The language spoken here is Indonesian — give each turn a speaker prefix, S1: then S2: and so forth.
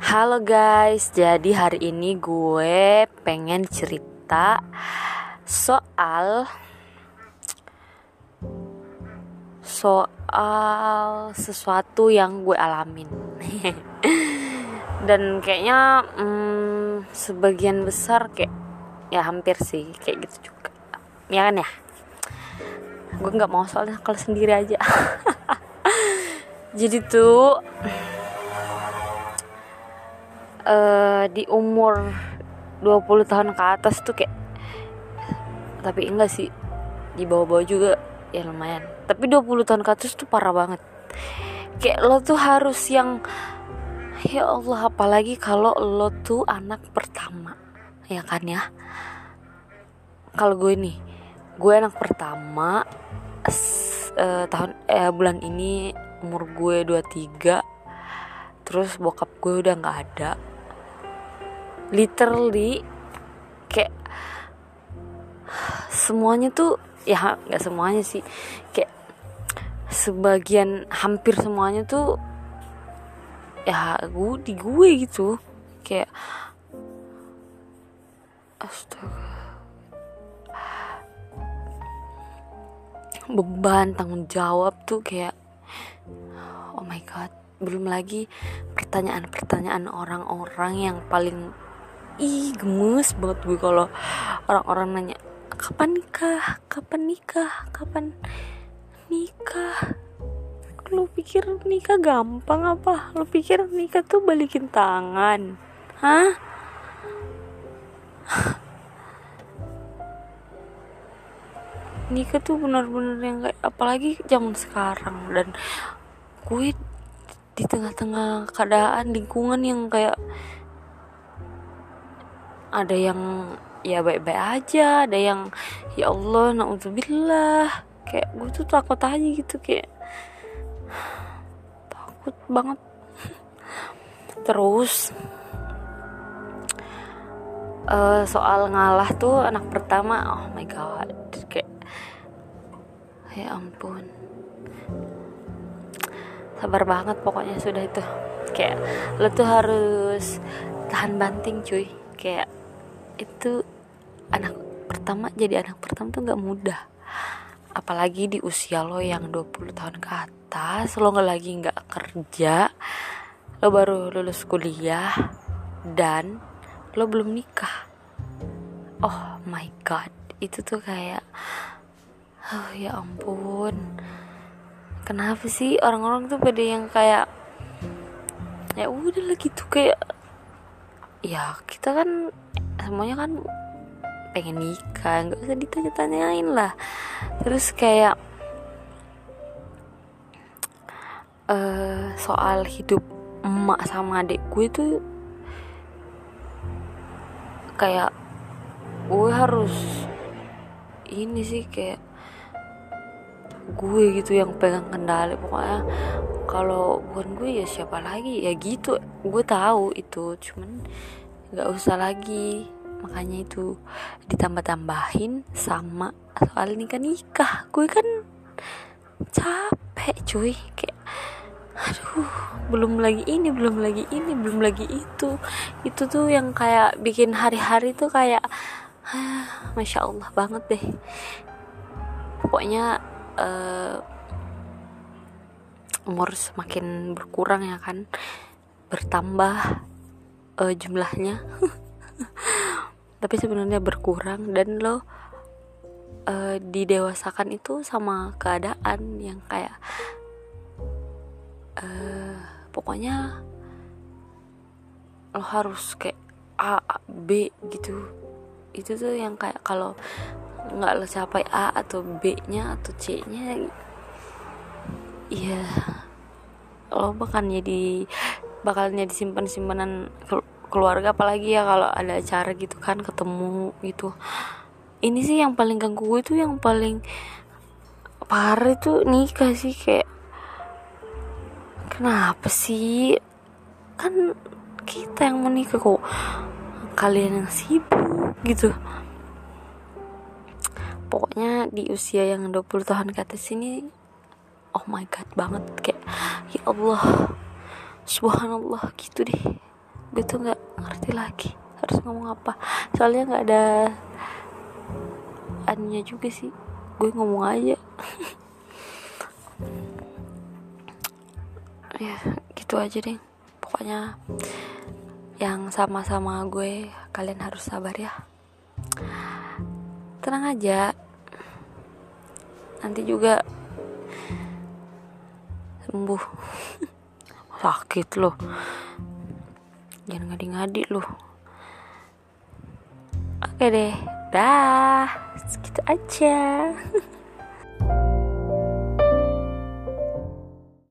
S1: Halo guys, jadi hari ini gue pengen cerita soal sesuatu yang gue alamin. Dan kayaknya sebagian besar kayak ya hampir sih kayak gitu juga. Ya kan ya? Gue nggak mau soalnya kalau sendiri aja. Jadi tuh di umur 20 tahun ke atas tuh kayak, tapi enggak sih, di bawah-bawah juga ya lumayan, tapi 20 tahun ke atas tuh parah banget. Kayak lo tuh harus yang, ya Allah, apalagi kalau lo tuh anak pertama, ya kan ya. Kalau gue anak pertama, bulan ini umur gue 23. Terus bokap gue udah gak ada. Literally kayak semuanya tuh, ya gak semuanya sih, kayak sebagian, hampir semuanya tuh ya gue gitu. Kayak astaga, beban tanggung jawab tuh kayak oh my god. Belum lagi pertanyaan-pertanyaan orang-orang yang paling gemes banget gue kalau orang-orang nanya kapan nikah. Lu pikir nikah gampang apa? Lu pikir nikah tuh balikin tangan? Hah? Nikah tuh benar-benar yang kayak, apalagi zaman sekarang, dan gue di tengah-tengah keadaan lingkungan yang kayak ada yang ya baik-baik aja, ada yang ya Allah naudzubillah. Kayak gue tuh takut aja gitu, kayak takut banget. Terus soal ngalah tuh anak pertama, oh my god, kayak ya ampun, sabar banget pokoknya sudah itu. Kayak lo tuh harus tahan banting cuy. Kayak itu anak pertama, jadi anak pertama tuh gak mudah, apalagi di usia lo yang 20 tahun ke atas. Lo lagi gak kerja, lo baru lulus kuliah, dan lo belum nikah. Oh my god, itu tuh kayak oh ya ampun, kenapa sih orang-orang tuh pada yang kayak ya udah lah gitu. Kayak ya kita kan semuanya kan pengen nikah, nggak usah ditanya-tanyain lah. Terus kayak soal hidup emak sama adik gue tuh kayak gue harus ini sih, kayak gue gitu yang pegang kendali. Pokoknya kalau bukan gue ya siapa lagi ya gitu. Gue tahu itu, cuman nggak usah lagi. Makanya itu ditambah-tambahin sama soal nikah. Gue kan capek cuy, kayak aduh, belum lagi ini, belum lagi itu tuh yang kayak bikin hari-hari tuh kayak masya Allah banget deh. Pokoknya umur semakin berkurang ya kan, bertambah jumlahnya tapi sebenarnya berkurang, dan lo didewasakan itu sama keadaan yang kayak pokoknya lo harus kayak A B gitu. Itu tuh yang kayak kalau nggak lo capai A atau B nya atau C nya, ya lo bakal jadi simpan-simpanan keluarga. Apalagi ya kalau ada acara gitu kan, ketemu gitu. Ini sih yang paling ganggu gue tuh, yang paling parah itu nikah sih. Kayak kenapa sih, kan kita yang menikah kok kalian yang sibuk gitu. Pokoknya di usia yang 20 tahun ke atas ini, oh my god banget, kayak ya Allah subhanallah gitu deh. gue tuh nggak ngerti lagi harus ngomong apa, soalnya nggak ada anunya juga sih, gue ngomong aja. Ya gitu aja deh pokoknya, yang sama-sama gue kalian harus sabar ya, tenang aja, nanti juga sembuh. Sakit loh, jangan ngadi-ngadi loh. Oke deh, dah segitu aja.